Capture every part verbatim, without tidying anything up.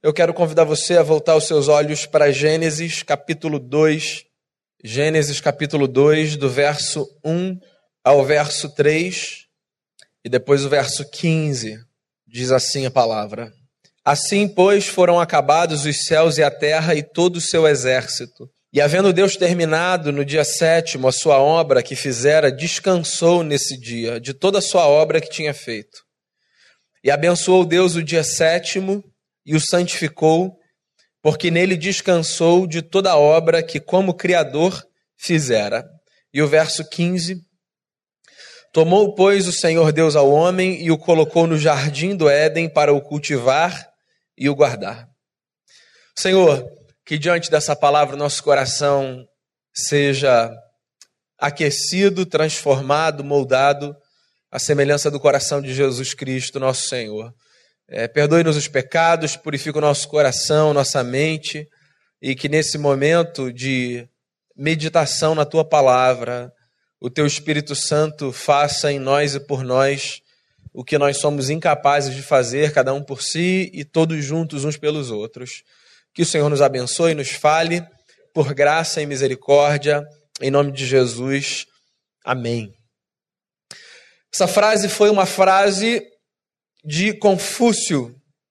Eu quero convidar você a voltar os seus olhos para Gênesis capítulo dois, Gênesis capítulo dois, do verso um ao verso três, e depois o verso quinze, diz assim a palavra. Assim, pois, foram acabados os céus e a terra e todo o seu exército. E havendo Deus terminado no dia sétimo a sua obra que fizera, descansou nesse dia de toda a sua obra que tinha feito. E abençoou Deus o dia sétimo e o santificou, porque nele descansou de toda a obra que como Criador fizera. E o verso quinze. Tomou, pois, o Senhor Deus ao homem e o colocou no jardim do Éden para o cultivar e o guardar. Senhor, que diante dessa palavra nosso coração seja aquecido, transformado, moldado à semelhança do coração de Jesus Cristo, nosso Senhor. É, perdoe-nos os pecados, purifica o nosso coração, nossa mente, e que nesse momento de meditação na Tua palavra, o Teu Espírito Santo faça em nós e por nós o que nós somos incapazes de fazer, cada um por si e todos juntos uns pelos outros. Que o Senhor nos abençoe e nos fale, por graça e misericórdia, em nome de Jesus. Amém. Essa frase foi uma frase de Confúcio.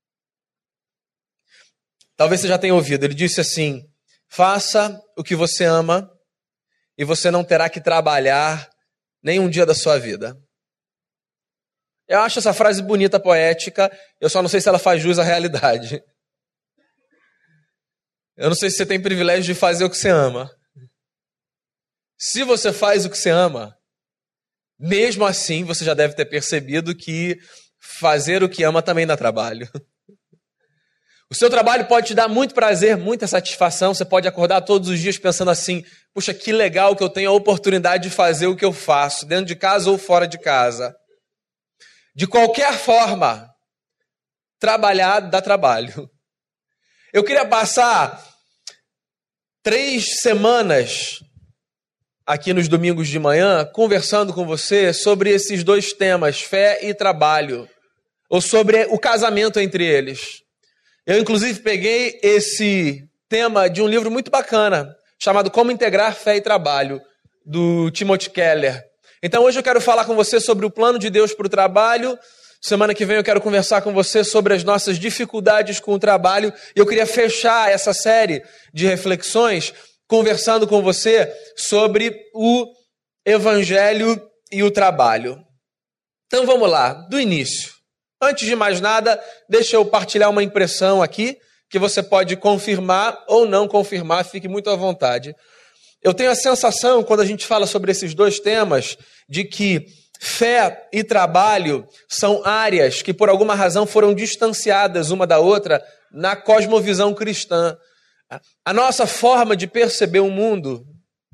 Talvez você já tenha ouvido. Ele disse assim: faça o que você ama e você não terá que trabalhar nem um dia da sua vida. Eu acho essa frase bonita, poética, eu só não sei se ela faz jus à realidade. Eu não sei se você tem privilégio de fazer o que você ama. Se você faz o que você ama, mesmo assim você já deve ter percebido que fazer o que ama também dá trabalho. O seu trabalho pode te dar muito prazer, muita satisfação. Você pode acordar todos os dias pensando assim: puxa, que legal que eu tenho a oportunidade de fazer o que eu faço, dentro de casa ou fora de casa. De qualquer forma, trabalhar dá trabalho. Eu queria passar três semanas aqui nos domingos de manhã conversando com você sobre esses dois temas, fé e trabalho, ou sobre o casamento entre eles. Eu, inclusive, peguei esse tema de um livro muito bacana, chamado Como Integrar Fé e Trabalho, do Timothy Keller. Então, hoje eu quero falar com você sobre o plano de Deus para o trabalho. Semana que vem eu quero conversar com você sobre as nossas dificuldades com o trabalho. E eu queria fechar essa série de reflexões conversando com você sobre o Evangelho e o trabalho. Então, vamos lá, do início. Antes de mais nada, deixa eu partilhar uma impressão aqui, que você pode confirmar ou não confirmar, fique muito à vontade. Eu tenho a sensação, quando a gente fala sobre esses dois temas, de que fé e trabalho são áreas que, por alguma razão, foram distanciadas uma da outra na cosmovisão cristã. A nossa forma de perceber o mundo,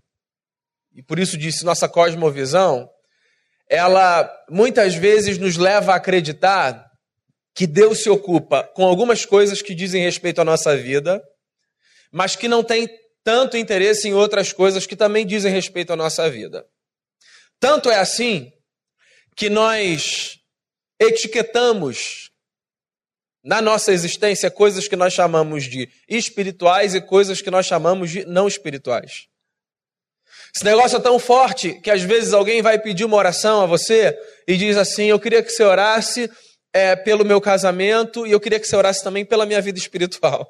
e por isso disse nossa cosmovisão, ela muitas vezes nos leva a acreditar que Deus se ocupa com algumas coisas que dizem respeito à nossa vida, mas que não tem tanto interesse em outras coisas que também dizem respeito à nossa vida. Tanto é assim que nós etiquetamos na nossa existência coisas que nós chamamos de espirituais e coisas que nós chamamos de não espirituais. Esse negócio é tão forte que às vezes alguém vai pedir uma oração a você e diz assim: eu queria que você orasse é, pelo meu casamento e eu queria que você orasse também pela minha vida espiritual.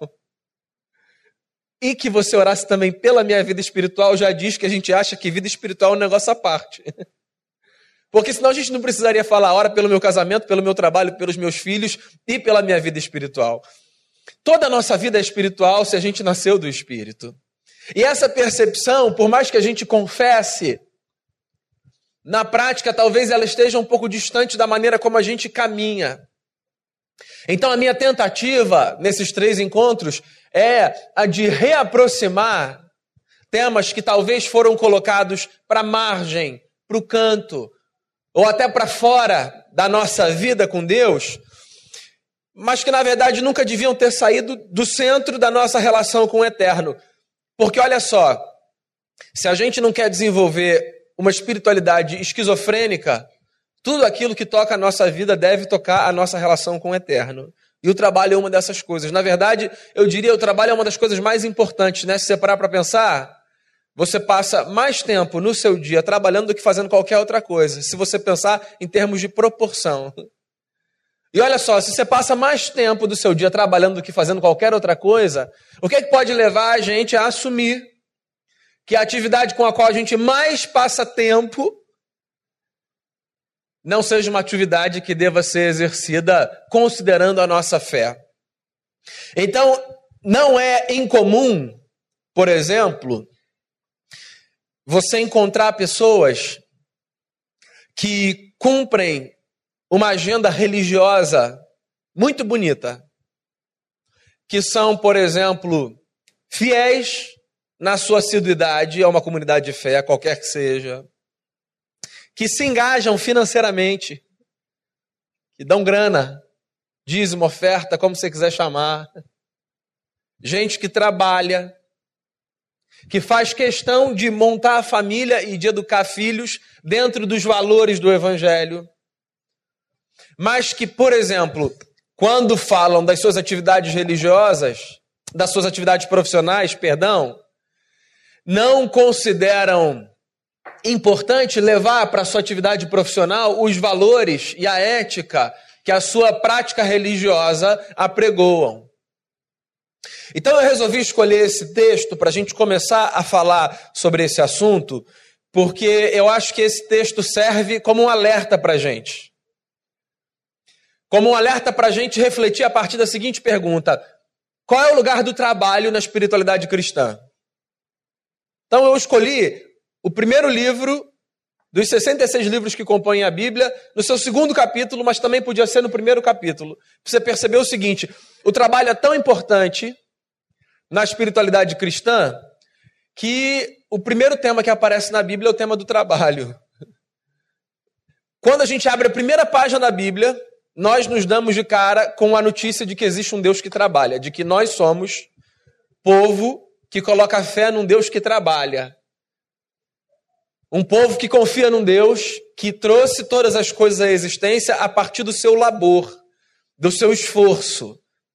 E que você orasse também pela minha vida espiritual já diz que a gente acha que vida espiritual é um negócio à parte. Porque senão a gente não precisaria falar: ora pelo meu casamento, pelo meu trabalho, pelos meus filhos e pela minha vida espiritual. Toda a nossa vida é espiritual se a gente nasceu do Espírito. E essa percepção, por mais que a gente confesse, na prática talvez ela esteja um pouco distante da maneira como a gente caminha. Então a minha tentativa nesses três encontros é a de reaproximar temas que talvez foram colocados para a margem, para o canto, ou até para fora da nossa vida com Deus, mas que na verdade nunca deviam ter saído do centro da nossa relação com o Eterno. Porque olha só, se a gente não quer desenvolver uma espiritualidade esquizofrênica, tudo aquilo que toca a nossa vida deve tocar a nossa relação com o Eterno. E o trabalho é uma dessas coisas. Na verdade, eu diria, o trabalho é uma das coisas mais importantes, né? Se você parar para pensar, você passa mais tempo no seu dia trabalhando do que fazendo qualquer outra coisa, se você pensar em termos de proporção. E olha só, se você passa mais tempo do seu dia trabalhando do que fazendo qualquer outra coisa, o que é que pode levar a gente a assumir que a atividade com a qual a gente mais passa tempo não seja uma atividade que deva ser exercida considerando a nossa fé? Então, não é incomum, por exemplo, você encontrar pessoas que cumprem uma agenda religiosa muito bonita, que são, por exemplo, fiéis na sua assiduidade a uma comunidade de fé, qualquer que seja, que se engajam financeiramente, que dão grana, dízimo, oferta, como você quiser chamar, gente que trabalha, que faz questão de montar a família e de educar filhos dentro dos valores do Evangelho, mas que, por exemplo, quando falam das suas atividades religiosas, das suas atividades profissionais, perdão, não consideram importante levar para a sua atividade profissional os valores e a ética que a sua prática religiosa apregoam. Então eu resolvi escolher esse texto para a gente começar a falar sobre esse assunto, porque eu acho que esse texto serve como um alerta para a gente. Como um alerta para a gente refletir a partir da seguinte pergunta: qual é o lugar do trabalho na espiritualidade cristã? Então eu escolhi o primeiro livro dos sessenta e seis livros que compõem a Bíblia, no seu segundo capítulo, mas também podia ser no primeiro capítulo. Você percebeu o seguinte: o trabalho é tão importante na espiritualidade cristã que o primeiro tema que aparece na Bíblia é o tema do trabalho. Quando a gente abre a primeira página da Bíblia, nós nos damos de cara com a notícia de que existe um Deus que trabalha, de que nós somos povo que coloca fé num Deus que trabalha. Um povo que confia num Deus que trouxe todas as coisas à existência a partir do seu labor, do seu esforço.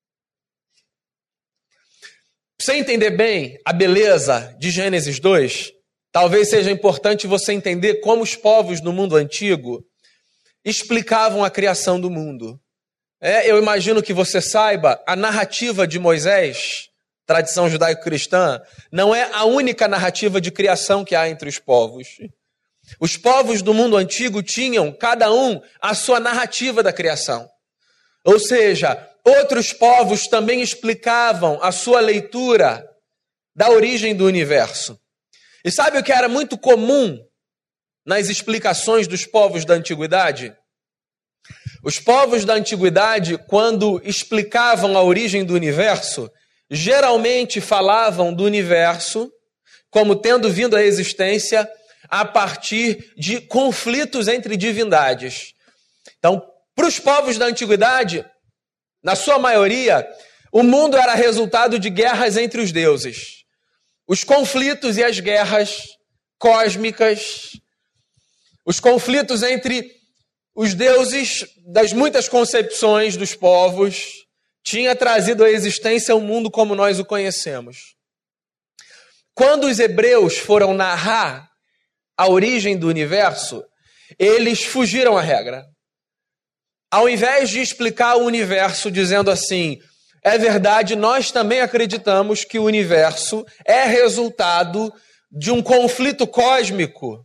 Pra você entender bem a beleza de Gênesis dois, talvez seja importante você entender como os povos no mundo antigo explicavam a criação do mundo. É, eu imagino que você saiba, a narrativa de Moisés, tradição judaico-cristã, não é a única narrativa de criação que há entre os povos. Os povos do mundo antigo tinham, cada um, a sua narrativa da criação. Ou seja, outros povos também explicavam a sua leitura da origem do universo. E sabe o que era muito comum nas explicações dos povos da antiguidade? Os povos da antiguidade, quando explicavam a origem do universo, geralmente falavam do universo como tendo vindo à existência a partir de conflitos entre divindades. Então, para os povos da antiguidade, na sua maioria, o mundo era resultado de guerras entre os deuses. Os conflitos e as guerras cósmicas, os conflitos entre os deuses das muitas concepções dos povos, tinha trazido à existência o mundo como nós o conhecemos. Quando os hebreus foram narrar a origem do universo, eles fugiram à regra. Ao invés de explicar o universo dizendo assim, é verdade, nós também acreditamos que o universo é resultado de um conflito cósmico.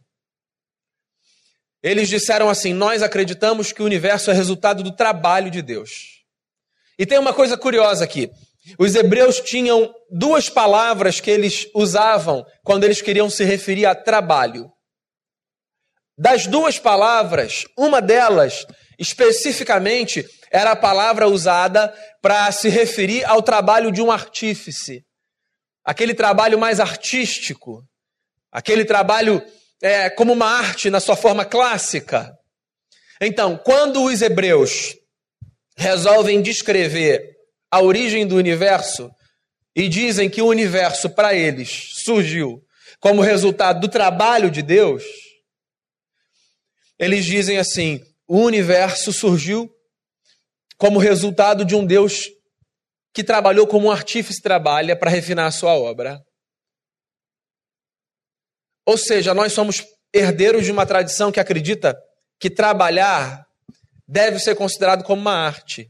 Eles disseram assim, nós acreditamos que o universo é resultado do trabalho de Deus. E tem uma coisa curiosa aqui. Os hebreus tinham duas palavras que eles usavam quando eles queriam se referir a trabalho. Das duas palavras, uma delas, especificamente, era a palavra usada para se referir ao trabalho de um artífice. Aquele trabalho mais artístico. Aquele trabalho é, como uma arte na sua forma clássica. Então, quando os hebreus resolvem descrever a origem do universo e dizem que o universo, para eles, surgiu como resultado do trabalho de Deus, eles dizem assim, o universo surgiu como resultado de um Deus que trabalhou como um artífice trabalha para refinar a sua obra. Ou seja, nós somos herdeiros de uma tradição que acredita que trabalhar deve ser considerado como uma arte.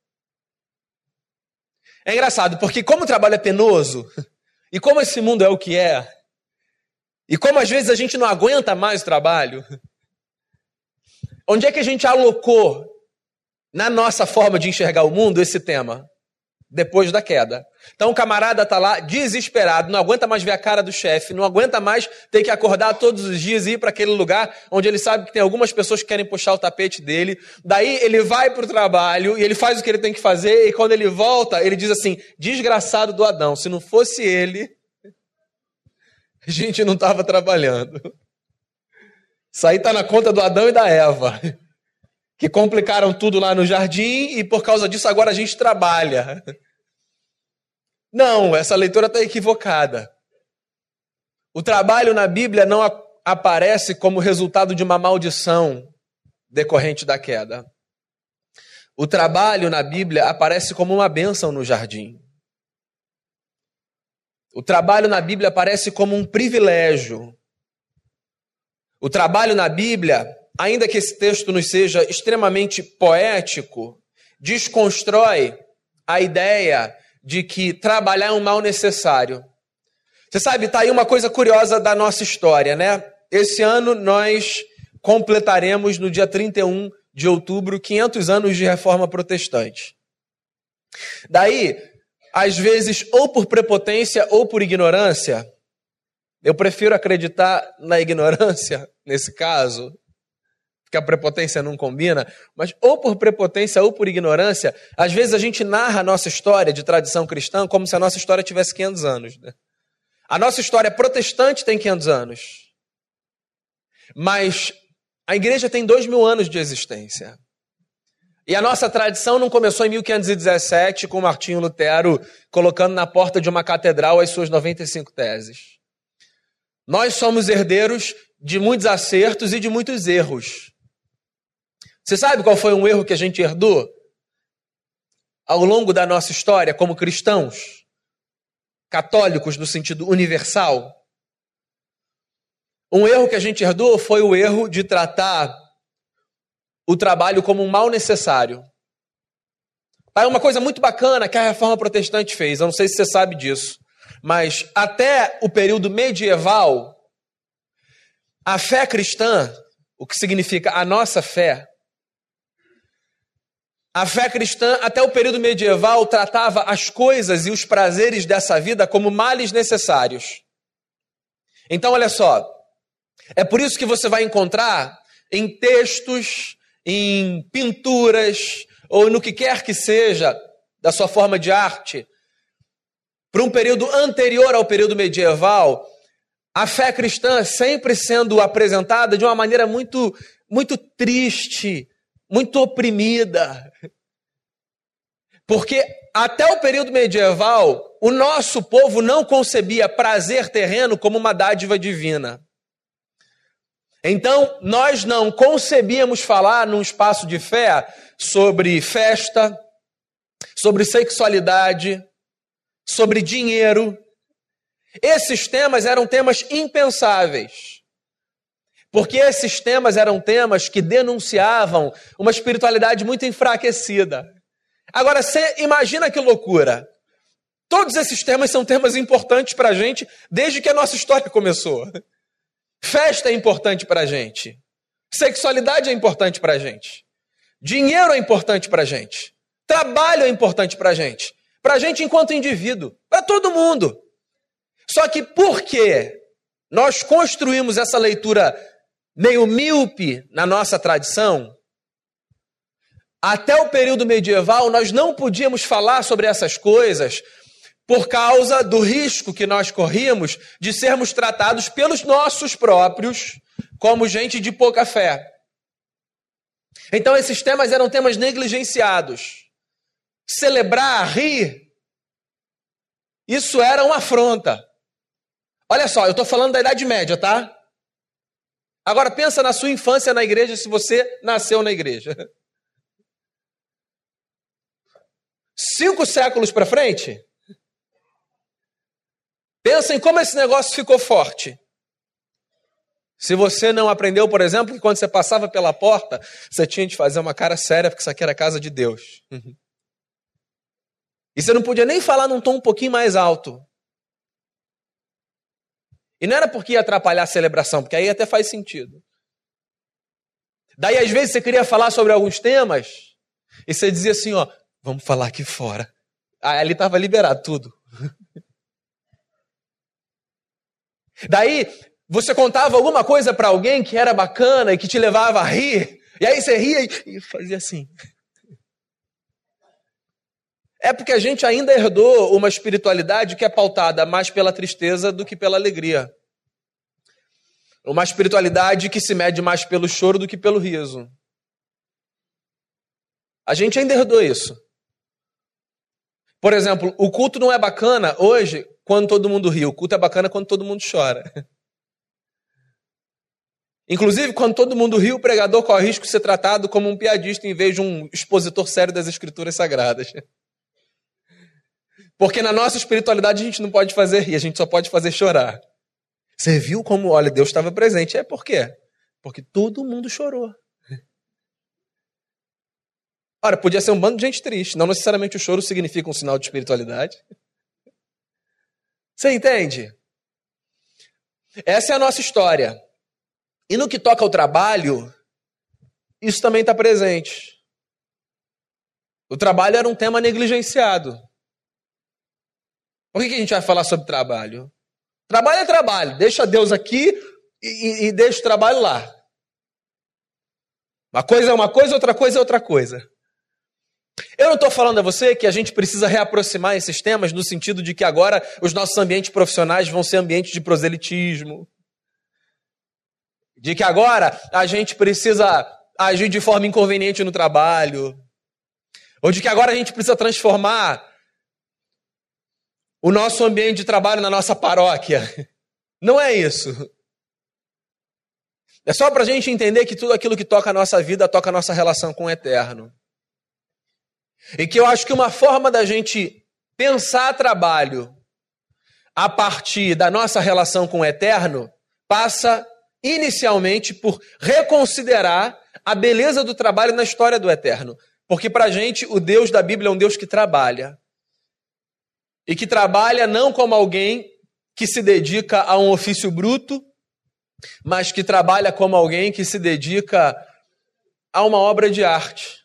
É engraçado, porque como o trabalho é penoso, e como esse mundo é o que é, e como às vezes a gente não aguenta mais o trabalho, onde é que a gente alocou na nossa forma de enxergar o mundo esse tema? Depois da queda. Então o camarada está lá desesperado, não aguenta mais ver a cara do chefe, não aguenta mais ter que acordar todos os dias e ir para aquele lugar onde ele sabe que tem algumas pessoas que querem puxar o tapete dele. Daí ele vai para o trabalho e ele faz o que ele tem que fazer, e quando ele volta, ele diz assim: desgraçado do Adão, se não fosse ele, a gente não estava trabalhando. Isso aí está na conta do Adão e da Eva, que complicaram tudo lá no jardim e por causa disso agora a gente trabalha. Não, essa leitura está equivocada. O trabalho na Bíblia não a- aparece como resultado de uma maldição decorrente da queda. O trabalho na Bíblia aparece como uma bênção no jardim. O trabalho na Bíblia aparece como um privilégio. O trabalho na Bíblia, ainda que esse texto nos seja extremamente poético, desconstrói a ideia de que trabalhar é um mal necessário. Você sabe, está aí uma coisa curiosa da nossa história, né? Esse ano nós completaremos, no dia trinta e um de outubro, quinhentos anos de Reforma Protestante. Daí, às vezes, ou por prepotência ou por ignorância, eu prefiro acreditar na ignorância, nesse caso, porque a prepotência não combina, mas ou por prepotência ou por ignorância, às vezes a gente narra a nossa história de tradição cristã como se a nossa história tivesse quinhentos anos. Né? A nossa história protestante tem quinhentos anos, mas a igreja tem dois mil anos de existência. E a nossa tradição não começou em mil quinhentos e dezessete com Martinho Lutero colocando na porta de uma catedral as suas noventa e cinco teses. Nós somos herdeiros de muitos acertos e de muitos erros. Você sabe qual foi um erro que a gente herdou ao longo da nossa história como cristãos, católicos no sentido universal? Um erro que a gente herdou foi o erro de tratar o trabalho como um mal necessário. É uma coisa muito bacana que a Reforma Protestante fez, eu não sei se você sabe disso, mas até o período medieval, a fé cristã, o que significa a nossa fé, a fé cristã, até o período medieval, tratava as coisas e os prazeres dessa vida como males necessários. Então, olha só, é por isso que você vai encontrar em textos, em pinturas, ou no que quer que seja da sua forma de arte, para um período anterior ao período medieval, a fé cristã sempre sendo apresentada de uma maneira muito, muito triste, muito oprimida. Porque até o período medieval, o nosso povo não concebia prazer terreno como uma dádiva divina. Então, nós não concebíamos falar num espaço de fé sobre festa, sobre sexualidade, sobre dinheiro. Esses temas eram temas impensáveis. Porque esses temas eram temas que denunciavam uma espiritualidade muito enfraquecida. Agora, você imagina que loucura. Todos esses temas são temas importantes para a gente desde que a nossa história começou. Festa é importante para a gente. Sexualidade é importante para a gente. Dinheiro é importante para a gente. Trabalho é importante para a gente. Para a gente enquanto indivíduo. Para todo mundo. Só que por que nós construímos essa leitura meio míope na nossa tradição? Até o período medieval, nós não podíamos falar sobre essas coisas por causa do risco que nós corríamos de sermos tratados pelos nossos próprios como gente de pouca fé. Então, esses temas eram temas negligenciados. Celebrar, rir, isso era uma afronta. Olha só, eu estou falando da Idade Média, tá? Agora, pensa na sua infância na igreja, se você nasceu na igreja. Cinco séculos para frente? Pensa em como esse negócio ficou forte. Se você não aprendeu, por exemplo, que quando você passava pela porta, você tinha de fazer uma cara séria, porque isso aqui era a casa de Deus. E você não podia nem falar num tom um pouquinho mais alto. E não era porque ia atrapalhar a celebração, porque aí até faz sentido. Daí, às vezes, você queria falar sobre alguns temas, e você dizia assim, ó, vamos falar aqui fora. Aí ali estava liberado tudo. Daí, você contava alguma coisa para alguém que era bacana e que te levava a rir, e aí você ria e fazia assim. É porque a gente ainda herdou uma espiritualidade que é pautada mais pela tristeza do que pela alegria. Uma espiritualidade que se mede mais pelo choro do que pelo riso. A gente ainda herdou isso. Por exemplo, o culto não é bacana hoje quando todo mundo ri. O culto é bacana quando todo mundo chora. Inclusive, quando todo mundo ri, o pregador corre risco de ser tratado como um piadista em vez de um expositor sério das Escrituras Sagradas. Porque na nossa espiritualidade a gente não pode fazer rir, a gente só pode fazer chorar. Você viu como, olha, Deus estava presente. É por quê? Porque todo mundo chorou. Ora, podia ser um bando de gente triste. Não necessariamente o choro significa um sinal de espiritualidade. Você entende? Essa é a nossa história. E no que toca ao trabalho, isso também está presente. O trabalho era um tema negligenciado. Por que a gente vai falar sobre trabalho? Trabalho é trabalho. Deixa Deus aqui e, e, e deixa o trabalho lá. Uma coisa é uma coisa, outra coisa é outra coisa. Eu não estou falando a você que a gente precisa reaproximar esses temas no sentido de que agora os nossos ambientes profissionais vão ser ambientes de proselitismo. De que agora a gente precisa agir de forma inconveniente no trabalho. Ou de que agora a gente precisa transformar o nosso ambiente de trabalho na nossa paróquia. Não é isso. É só para a gente entender que tudo aquilo que toca a nossa vida toca a nossa relação com o eterno. E que eu acho que uma forma da gente pensar trabalho a partir da nossa relação com o eterno passa inicialmente por reconsiderar a beleza do trabalho na história do eterno. Porque para a gente o Deus da Bíblia é um Deus que trabalha. E que trabalha não como alguém que se dedica a um ofício bruto, mas que trabalha como alguém que se dedica a uma obra de arte.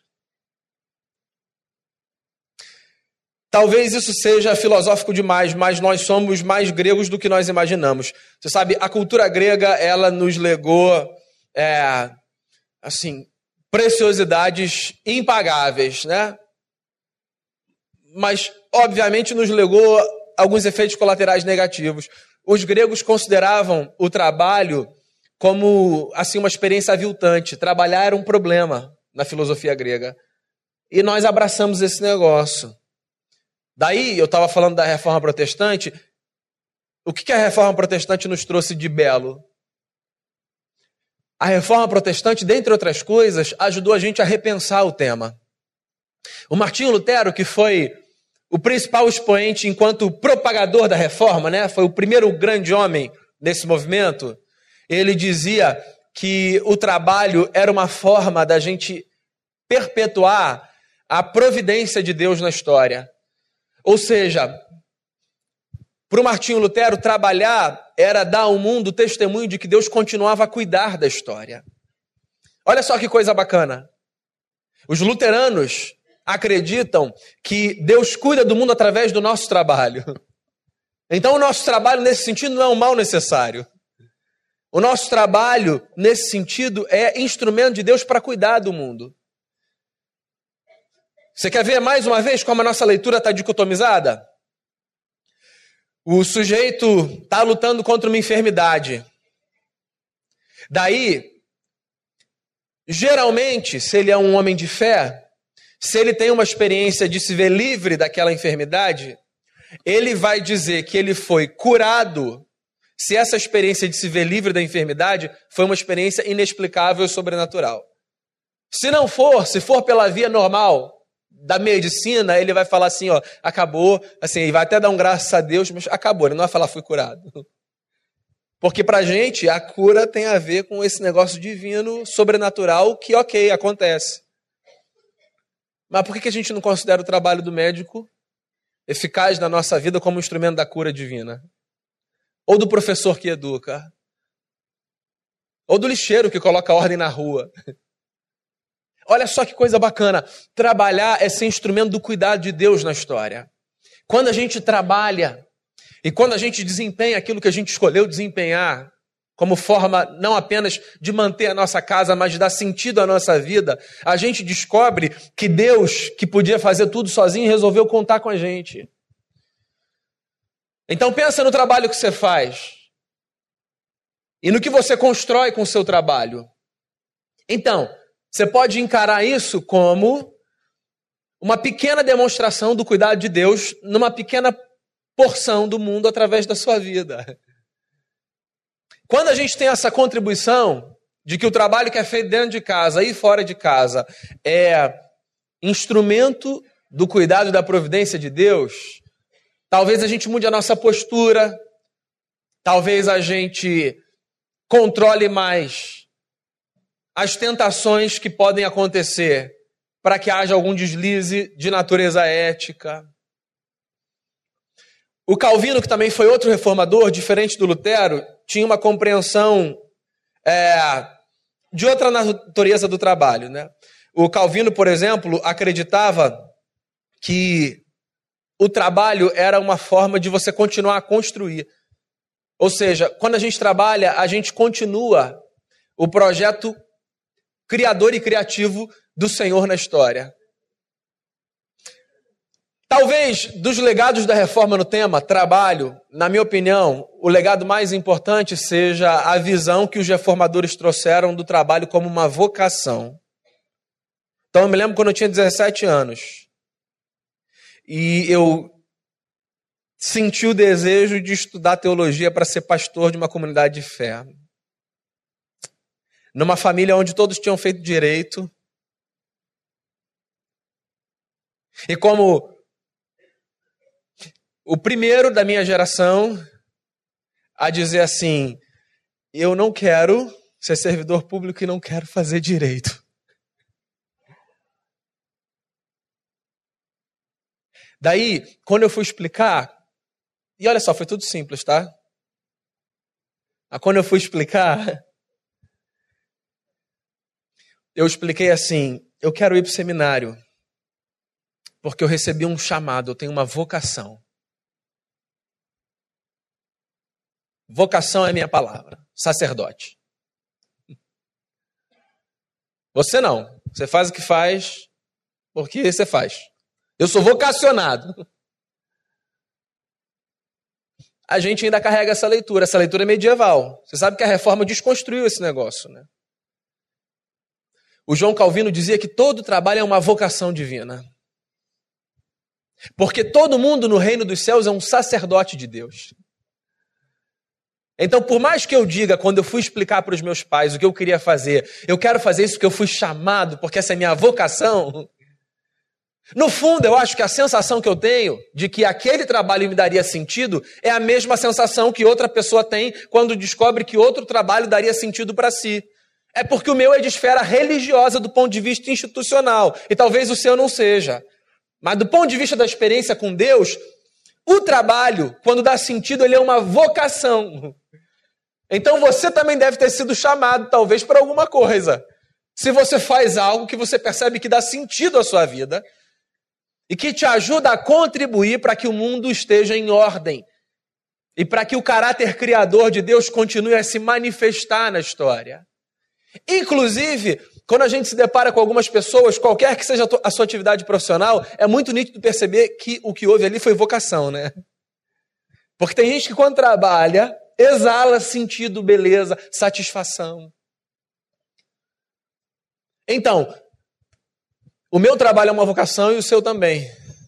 Talvez isso seja filosófico demais, mas nós somos mais gregos do que nós imaginamos. Você sabe, a cultura grega, ela nos legou, é, assim, preciosidades impagáveis, né? Mas, obviamente, nos legou alguns efeitos colaterais negativos. Os gregos consideravam o trabalho como assim, uma experiência aviltante. Trabalhar era um problema na filosofia grega. E nós abraçamos esse negócio. Daí, eu estava falando da Reforma Protestante. O que a Reforma Protestante nos trouxe de belo? A Reforma Protestante, dentre outras coisas, ajudou a gente a repensar o tema. O Martinho Lutero, que foi o principal expoente enquanto propagador da Reforma, né? Foi o primeiro grande homem nesse movimento, ele dizia que o trabalho era uma forma da gente perpetuar a providência de Deus na história. Ou seja, para o Martinho Lutero, trabalhar era dar ao mundo o testemunho de que Deus continuava a cuidar da história. Olha só que coisa bacana. Os luteranos acreditam que Deus cuida do mundo através do nosso trabalho. Então o nosso trabalho nesse sentido não é um mal necessário. O nosso trabalho nesse sentido é instrumento de Deus para cuidar do mundo. Você quer ver mais uma vez como a nossa leitura está dicotomizada? O sujeito está lutando contra uma enfermidade. Daí, geralmente, se ele é um homem de fé, se ele tem uma experiência de se ver livre daquela enfermidade, ele vai dizer que ele foi curado se essa experiência de se ver livre da enfermidade foi uma experiência inexplicável e sobrenatural. Se não for, se for pela via normal da medicina, ele vai falar assim, ó, acabou, assim, ele vai até dar um graças a Deus, mas acabou, ele não vai falar fui curado. Porque pra gente, a cura tem a ver com esse negócio divino, sobrenatural, que ok, acontece. Mas por que a gente não considera o trabalho do médico eficaz na nossa vida como instrumento da cura divina? Ou do professor que educa? Ou do lixeiro que coloca ordem na rua? Olha só que coisa bacana. Trabalhar é ser instrumento do cuidado de Deus na história. Quando a gente trabalha e quando a gente desempenha aquilo que a gente escolheu desempenhar, como forma não apenas de manter a nossa casa, mas de dar sentido à nossa vida, a gente descobre que Deus, que podia fazer tudo sozinho, resolveu contar com a gente. Então pensa no trabalho que você faz e no que você constrói com o seu trabalho. Então, você pode encarar isso como uma pequena demonstração do cuidado de Deus numa pequena porção do mundo através da sua vida. Quando a gente tem essa contribuição de que o trabalho que é feito dentro de casa e fora de casa é instrumento do cuidado e da providência de Deus, talvez a gente mude a nossa postura, talvez a gente controle mais as tentações que podem acontecer para que haja algum deslize de natureza ética. O Calvino, que também foi outro reformador, diferente do Lutero, tinha uma compreensão é, de outra natureza do trabalho, né? O Calvino, por exemplo, acreditava que o trabalho era uma forma de você continuar a construir. Ou seja, quando a gente trabalha, a gente continua o projeto criador e criativo do Senhor na história. Talvez, dos legados da reforma no tema trabalho, na minha opinião, o legado mais importante seja a visão que os reformadores trouxeram do trabalho como uma vocação. Então, eu me lembro quando eu tinha dezessete anos. E eu senti o desejo de estudar teologia para ser pastor de uma comunidade de fé. Numa família onde todos tinham feito direito. E como o primeiro da minha geração a dizer assim, eu não quero ser servidor público e não quero fazer direito. Daí, quando eu fui explicar, e olha só, foi tudo simples, tá? Mas quando eu fui explicar, eu expliquei assim, eu quero ir para o seminário, porque eu recebi um chamado, eu tenho uma vocação. Vocação é a minha palavra, sacerdote. Você não, você faz o que faz, porque você faz. Eu sou vocacionado. A gente ainda carrega essa leitura, essa leitura é medieval. Você sabe que a reforma desconstruiu esse negócio, né? O João Calvino dizia que todo trabalho é uma vocação divina. Porque todo mundo no reino dos céus é um sacerdote de Deus. Então, por mais que eu diga, quando eu fui explicar para os meus pais o que eu queria fazer, eu quero fazer isso porque eu fui chamado, porque essa é a minha vocação. No fundo, eu acho que a sensação que eu tenho de que aquele trabalho me daria sentido é a mesma sensação que outra pessoa tem quando descobre que outro trabalho daria sentido para si. É porque o meu é de esfera religiosa do ponto de vista institucional, e talvez o seu não seja. Mas do ponto de vista da experiência com Deus, o trabalho, quando dá sentido, ele é uma vocação. Então você também deve ter sido chamado, talvez, para alguma coisa. Se você faz algo que você percebe que dá sentido à sua vida e que te ajuda a contribuir para que o mundo esteja em ordem e para que o caráter criador de Deus continue a se manifestar na história. Inclusive, quando a gente se depara com algumas pessoas, qualquer que seja a sua atividade profissional, é muito nítido perceber que o que houve ali foi vocação, né? Porque tem gente que quando trabalha, exala sentido, beleza, satisfação. Então, o meu trabalho é uma vocação e o seu também.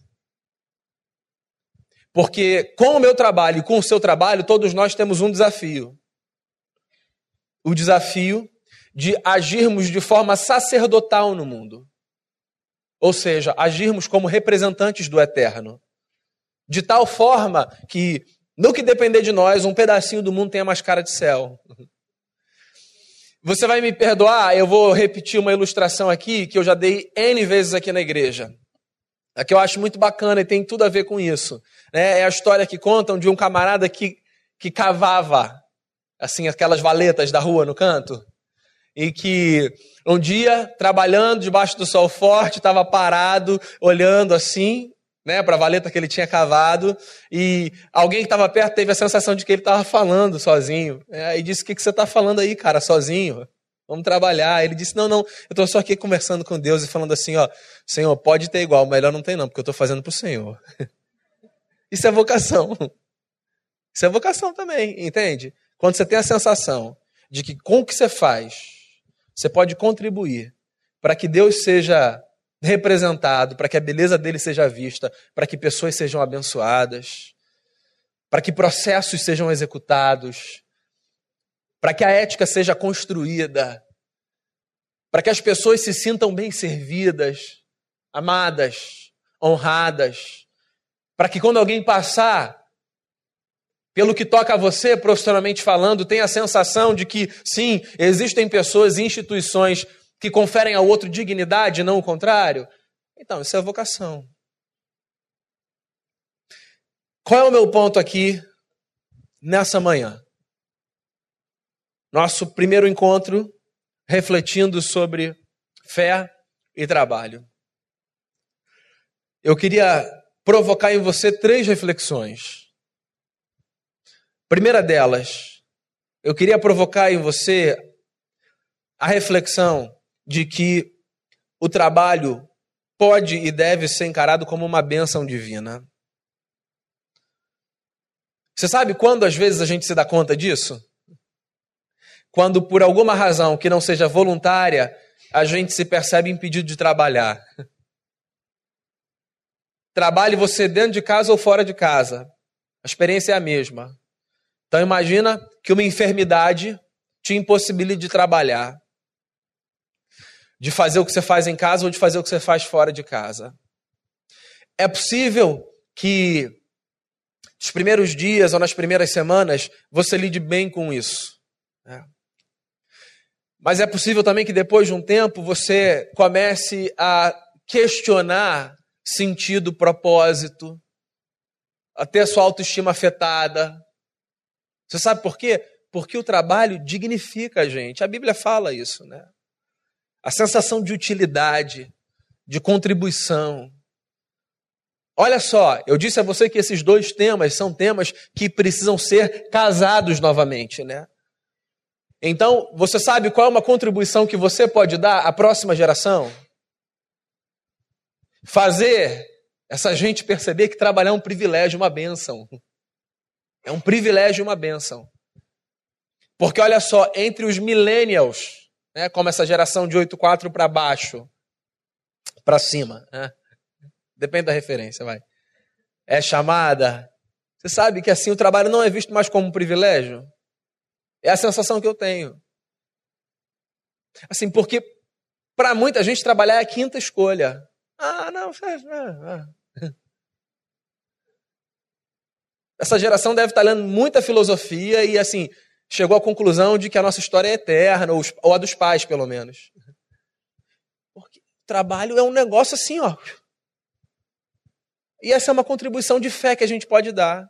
Porque com o meu trabalho e com o seu trabalho, todos nós temos um desafio. O desafio de agirmos de forma sacerdotal no mundo. Ou seja, agirmos como representantes do eterno. De tal forma que, no que depender de nós, um pedacinho do mundo tenha mais cara de céu. Você vai me perdoar, eu vou repetir uma ilustração aqui que eu já dei N vezes aqui na igreja. A que eu acho muito bacana e tem tudo a ver com isso. É a história que contam de um camarada que, que cavava, assim, aquelas valetas da rua no canto. E que um dia, trabalhando debaixo do sol forte, estava parado, olhando assim, né, para a valeta que ele tinha cavado, e alguém que estava perto teve a sensação de que ele estava falando sozinho. É, e disse, o que, que você está falando aí, cara, sozinho? Vamos trabalhar. Ele disse, não, não, eu estou só aqui conversando com Deus e falando assim, ó, Senhor, pode ter igual, melhor não tem não, porque eu estou fazendo para o Senhor. Isso é vocação. Isso é vocação também, entende? Quando você tem a sensação de que com o que você faz, você pode contribuir para que Deus seja representado, para que a beleza dele seja vista, para que pessoas sejam abençoadas, para que processos sejam executados, para que a ética seja construída, para que as pessoas se sintam bem servidas, amadas, honradas, para que quando alguém passar pelo que toca a você, profissionalmente falando, tenha a sensação de que, sim, existem pessoas e instituições que conferem ao outro dignidade, não o contrário. Então, isso é vocação. Qual é o meu ponto aqui nessa manhã? Nosso primeiro encontro refletindo sobre fé e trabalho. Eu queria provocar em você três reflexões. Primeira delas, eu queria provocar em você a reflexão de que o trabalho pode e deve ser encarado como uma bênção divina. Você sabe quando às vezes a gente se dá conta disso? Quando por alguma razão que não seja voluntária, a gente se percebe impedido de trabalhar. Trabalhe você dentro de casa ou fora de casa. A experiência é a mesma. Então imagina que uma enfermidade te impossibilite de trabalhar. De fazer o que você faz em casa ou de fazer o que você faz fora de casa. É possível que nos primeiros dias ou nas primeiras semanas você lide bem com isso. Né? Mas é possível também que depois de um tempo você comece a questionar sentido, propósito, a ter a sua autoestima afetada. Você sabe por quê? Porque o trabalho dignifica a gente. A Bíblia fala isso, né? A sensação de utilidade, de contribuição. Olha só, eu disse a você que esses dois temas são temas que precisam ser casados novamente, né? Então, você sabe qual é uma contribuição que você pode dar à próxima geração? Fazer essa gente perceber que trabalhar é um privilégio, uma bênção. É um privilégio e uma bênção. Porque olha só, entre os millennials, né, como essa geração de oito quatro para baixo, para cima, né? Depende da referência, vai. É chamada. Você sabe que assim o trabalho não é visto mais como um privilégio? É a sensação que eu tenho. Assim, porque para muita gente trabalhar é a quinta escolha. Ah, não. Essa geração deve estar lendo muita filosofia e assim chegou à conclusão de que a nossa história é eterna, ou a dos pais, pelo menos. Porque o trabalho é um negócio assim, ó. E essa é uma contribuição de fé que a gente pode dar.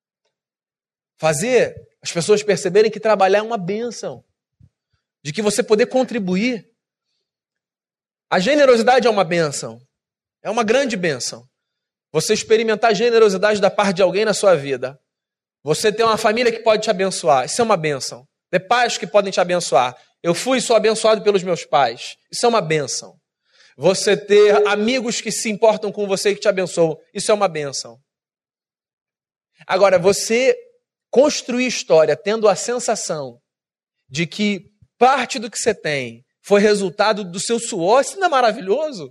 Fazer as pessoas perceberem que trabalhar é uma bênção. De que você poder contribuir. A generosidade é uma bênção. É uma grande bênção. Você experimentar a generosidade da parte de alguém na sua vida. Você ter uma família que pode te abençoar. Isso é uma bênção. Ter pais que podem te abençoar. Eu fui e sou abençoado pelos meus pais. Isso é uma bênção. Você ter amigos que se importam com você e que te abençoam. Isso é uma bênção. Agora, você construir história tendo a sensação de que parte do que você tem foi resultado do seu suor, isso não é maravilhoso?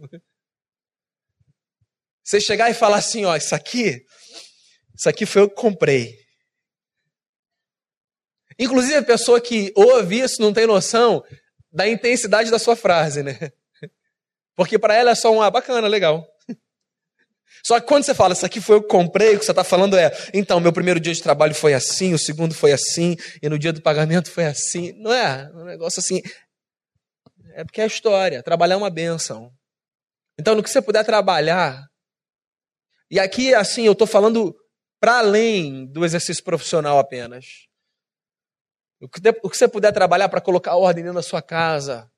Você chegar e falar assim, ó, isso aqui, isso aqui foi eu que comprei. Inclusive a pessoa que ouve isso não tem noção da intensidade da sua frase, né? Porque para ela é só um, ah, bacana, legal. Só que quando você fala, isso aqui foi eu que comprei, o que você está falando é, então, meu primeiro dia de trabalho foi assim, o segundo foi assim, e no dia do pagamento foi assim. Não é? Um negócio assim. É porque é a história. Trabalhar é uma bênção. Então, no que você puder trabalhar, e aqui, assim, eu estou falando para além do exercício profissional apenas. O que, o que você puder trabalhar para colocar ordem dentro da sua casa.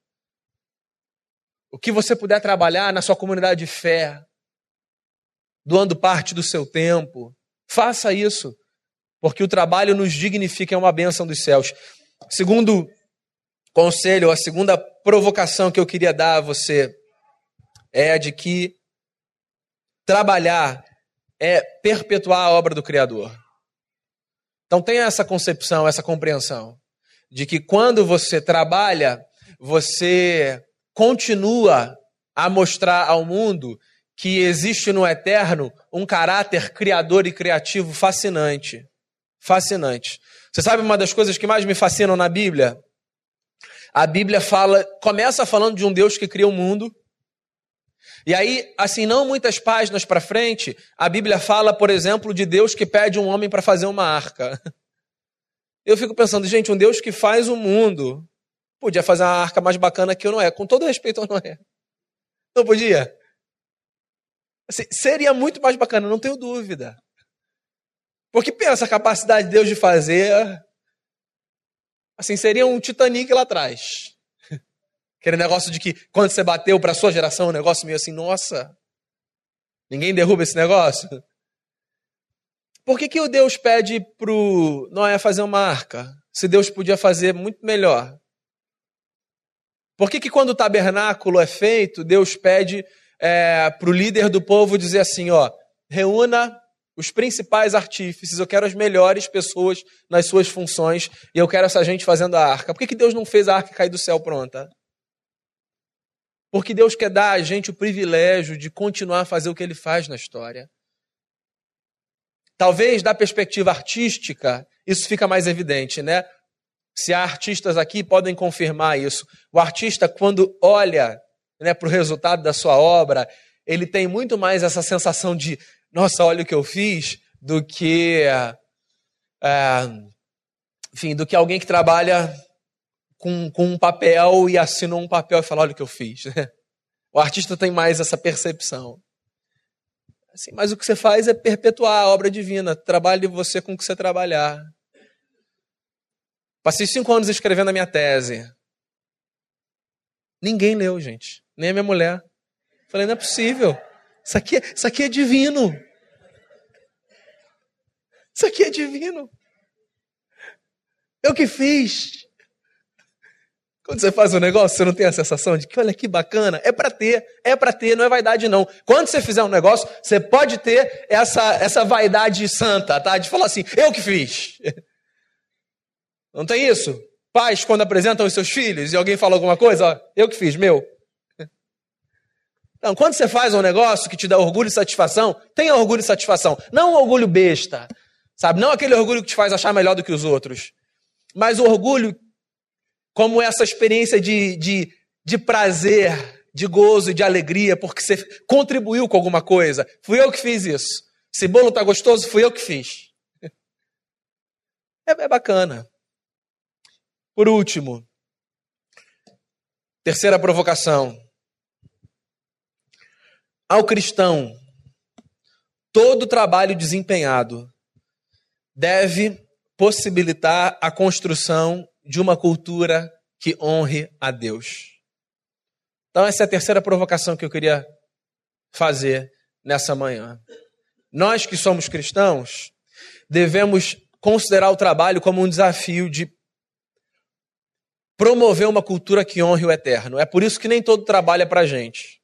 O que você puder trabalhar na sua comunidade de fé, doando parte do seu tempo, faça isso, porque o trabalho nos dignifica, é uma bênção dos céus. Segundo conselho, a segunda provocação que eu queria dar a você é a de que trabalhar é perpetuar a obra do Criador. Então tenha essa concepção, essa compreensão, de que quando você trabalha, você continua a mostrar ao mundo que existe no eterno um caráter criador e criativo fascinante. Fascinante. Você sabe uma das coisas que mais me fascinam na Bíblia? A Bíblia fala, começa falando de um Deus que cria o mundo. E aí, assim, não muitas páginas para frente, a Bíblia fala, por exemplo, de Deus que pede um homem para fazer uma arca. Eu fico pensando, gente, um Deus que faz o mundo podia fazer uma arca mais bacana que o Noé, com todo respeito ao Noé. Não podia? Assim, seria muito mais bacana, não tenho dúvida. Porque pensa a capacidade de Deus de fazer, assim, seria um Titanic lá atrás. Aquele negócio de que quando você bateu para a sua geração, um negócio meio assim, nossa, ninguém derruba esse negócio. Por que que o Deus pede para o Noé fazer uma arca, se Deus podia fazer muito melhor? Por que que quando o tabernáculo é feito, Deus pede é, para o líder do povo dizer assim, ó, reúna os principais artífices, eu quero as melhores pessoas nas suas funções e eu quero essa gente fazendo a arca. Por que que Deus não fez a arca cair do céu pronta? Porque Deus quer dar a gente o privilégio de continuar a fazer o que Ele faz na história. Talvez, da perspectiva artística, isso fica mais evidente, né? Se há artistas aqui, podem confirmar isso. O artista, quando olha, né, para o resultado da sua obra, ele tem muito mais essa sensação de, nossa, olha o que eu fiz, do que, é, enfim, do que alguém que trabalha com, com um papel e assina um papel e fala, olha o que eu fiz. O artista tem mais essa percepção. Assim, mas o que você faz é perpetuar a obra divina. Trabalhe você com o que você trabalhar. Passei cinco anos escrevendo a minha tese. Ninguém leu, gente. Nem a minha mulher. Falei, não é possível. Isso aqui, é, isso aqui é divino. Isso aqui é divino. Eu que fiz. Quando você faz um negócio, você não tem a sensação de que, olha que bacana, é para ter, é para ter, não é vaidade não. Quando você fizer um negócio, você pode ter essa, essa vaidade santa, tá? De falar assim, eu que fiz. Não tem isso? Pais, quando apresentam os seus filhos e alguém fala alguma coisa, ó, eu que fiz, meu. Então, quando você faz um negócio que te dá orgulho e satisfação, tenha orgulho e satisfação. Não um orgulho besta, sabe? Não aquele orgulho que te faz achar melhor do que os outros. Mas o orgulho como essa experiência de, de, de prazer, de gozo e de alegria, porque você contribuiu com alguma coisa. Fui eu que fiz isso. Esse bolo tá gostoso, fui eu que fiz. É, é bacana. Por último, terceira provocação. Ao cristão, todo trabalho desempenhado deve possibilitar a construção de uma cultura que honre a Deus. Então essa é a terceira provocação que eu queria fazer nessa manhã. Nós que somos cristãos, devemos considerar o trabalho como um desafio de promover uma cultura que honre o eterno. É por isso que nem todo trabalho é pra gente.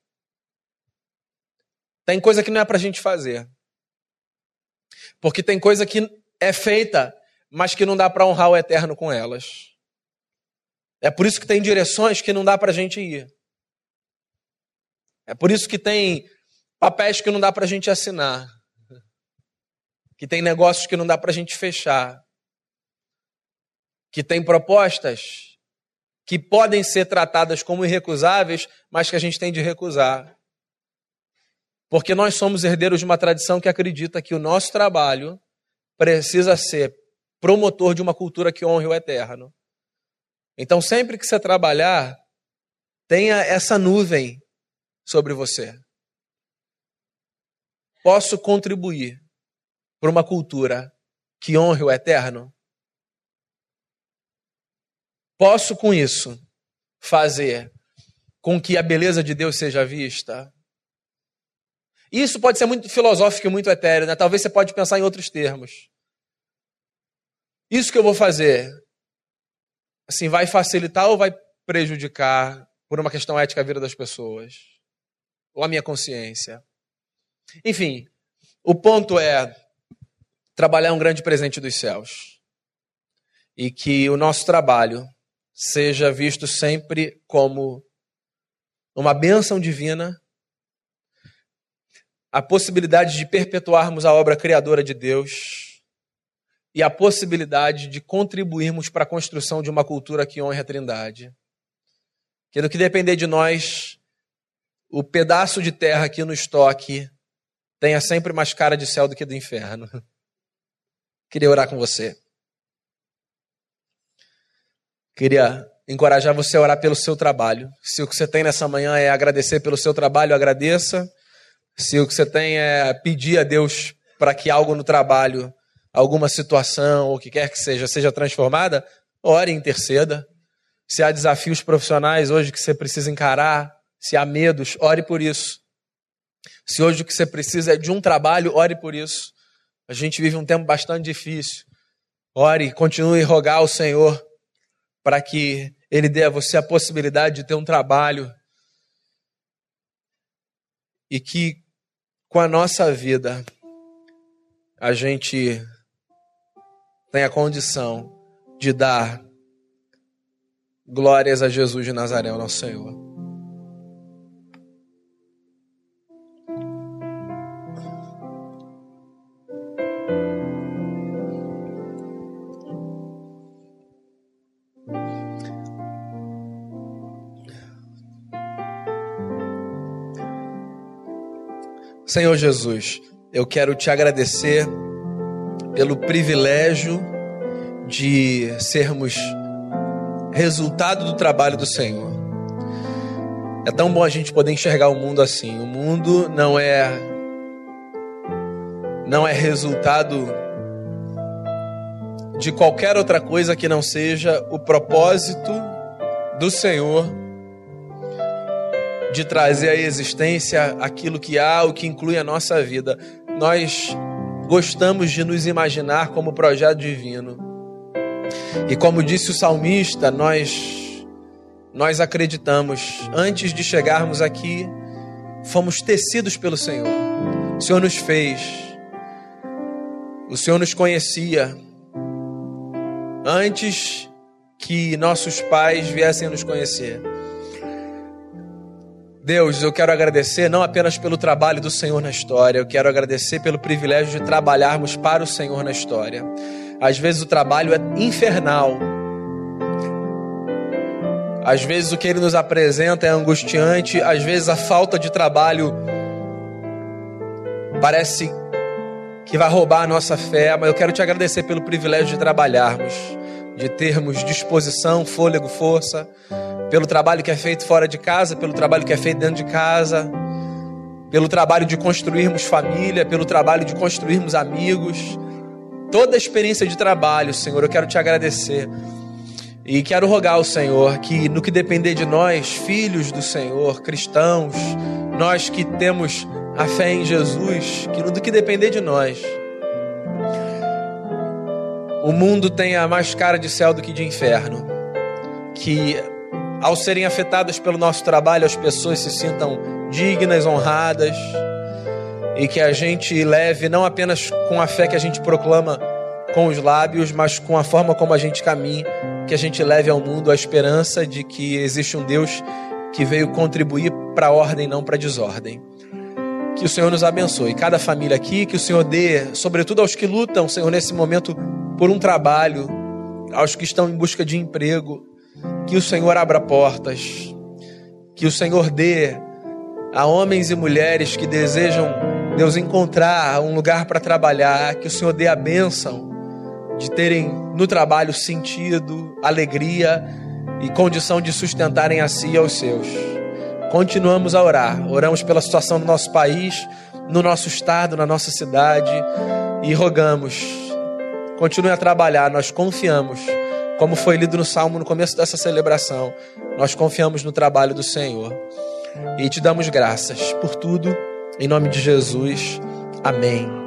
Tem coisa que não é pra gente fazer. Porque tem coisa que é feita, mas que não dá pra honrar o eterno com elas. É por isso que tem direções que não dá pra gente ir. É por isso que tem papéis que não dá pra gente assinar. Que tem negócios que não dá pra gente fechar. Que tem propostas que podem ser tratadas como irrecusáveis, mas que a gente tem de recusar. Porque nós somos herdeiros de uma tradição que acredita que o nosso trabalho precisa ser promotor de uma cultura que honre o eterno. Então, sempre que você trabalhar, tenha essa nuvem sobre você. Posso contribuir para uma cultura que honre o eterno? Posso, com isso, fazer com que a beleza de Deus seja vista? Isso pode ser muito filosófico e muito etéreo, né? Talvez você pode pensar em outros termos. Isso que eu vou fazer, assim, vai facilitar ou vai prejudicar, por uma questão ética, a vida das pessoas? Ou a minha consciência? Enfim, o ponto é trabalhar é um grande presente dos céus. E que o nosso trabalho seja visto sempre como uma bênção divina, a possibilidade de perpetuarmos a obra criadora de Deus e a possibilidade de contribuirmos para a construção de uma cultura que honre a Trindade. Que no que depender de nós, o pedaço de terra que nos toque tenha sempre mais cara de céu do que do inferno. Queria orar com você. Queria encorajar você a orar pelo seu trabalho. Se o que você tem nessa manhã é agradecer pelo seu trabalho, agradeça. Se o que você tem é pedir a Deus para que algo no trabalho, alguma situação, ou o que quer que seja, seja transformada, ore e interceda. Se há desafios profissionais hoje que você precisa encarar, se há medos, ore por isso. Se hoje o que você precisa é de um trabalho, ore por isso. A gente vive um tempo bastante difícil. Ore, continue a rogar ao Senhor para que Ele dê a você a possibilidade de ter um trabalho e que com a nossa vida a gente tenha condição de dar glórias a Jesus de Nazaré, o nosso Senhor. Senhor Jesus, eu quero te agradecer pelo privilégio de sermos resultado do trabalho do Senhor. É tão bom a gente poder enxergar o mundo assim. O mundo não é não é resultado de qualquer outra coisa que não seja o propósito do Senhor de trazer à existência aquilo que há, o que inclui a nossa vida. Nós gostamos de nos imaginar como projeto divino. E como disse o salmista, nós, nós acreditamos, antes de chegarmos aqui, fomos tecidos pelo Senhor. O Senhor nos fez. O Senhor nos conhecia antes que nossos pais viessem a nos conhecer. Deus, eu quero agradecer não apenas pelo trabalho do Senhor na história, eu quero agradecer pelo privilégio de trabalharmos para o Senhor na história. Às vezes o trabalho é infernal. Às vezes o que Ele nos apresenta é angustiante, às vezes a falta de trabalho parece que vai roubar a nossa fé, mas eu quero te agradecer pelo privilégio de trabalharmos, de termos disposição, fôlego, força, pelo trabalho que é feito fora de casa, pelo trabalho que é feito dentro de casa, pelo trabalho de construirmos família, pelo trabalho de construirmos amigos. Toda a experiência de trabalho, Senhor, eu quero te agradecer. E quero rogar ao Senhor que no que depender de nós, filhos do Senhor, cristãos, nós que temos a fé em Jesus, que no que depender de nós, o mundo tenha mais cara de céu do que de inferno. Que ao serem afetadas pelo nosso trabalho, as pessoas se sintam dignas, honradas, e que a gente leve não apenas com a fé que a gente proclama com os lábios, mas com a forma como a gente caminha, que a gente leve ao mundo a esperança de que existe um Deus que veio contribuir para a ordem, não para a desordem. Que o Senhor nos abençoe, cada família aqui, que o Senhor dê, sobretudo aos que lutam, Senhor, nesse momento por um trabalho, aos que estão em busca de emprego, que o Senhor abra portas, que o Senhor dê a homens e mulheres que desejam, Deus, encontrar um lugar para trabalhar, que o Senhor dê a bênção de terem no trabalho sentido, alegria e condição de sustentarem a si e aos seus. Continuamos a orar, oramos pela situação do nosso país, no nosso estado, na nossa cidade, e rogamos, continue a trabalhar, nós confiamos, como foi lido no Salmo no começo dessa celebração, nós confiamos no trabalho do Senhor e te damos graças por tudo, em nome de Jesus, amém.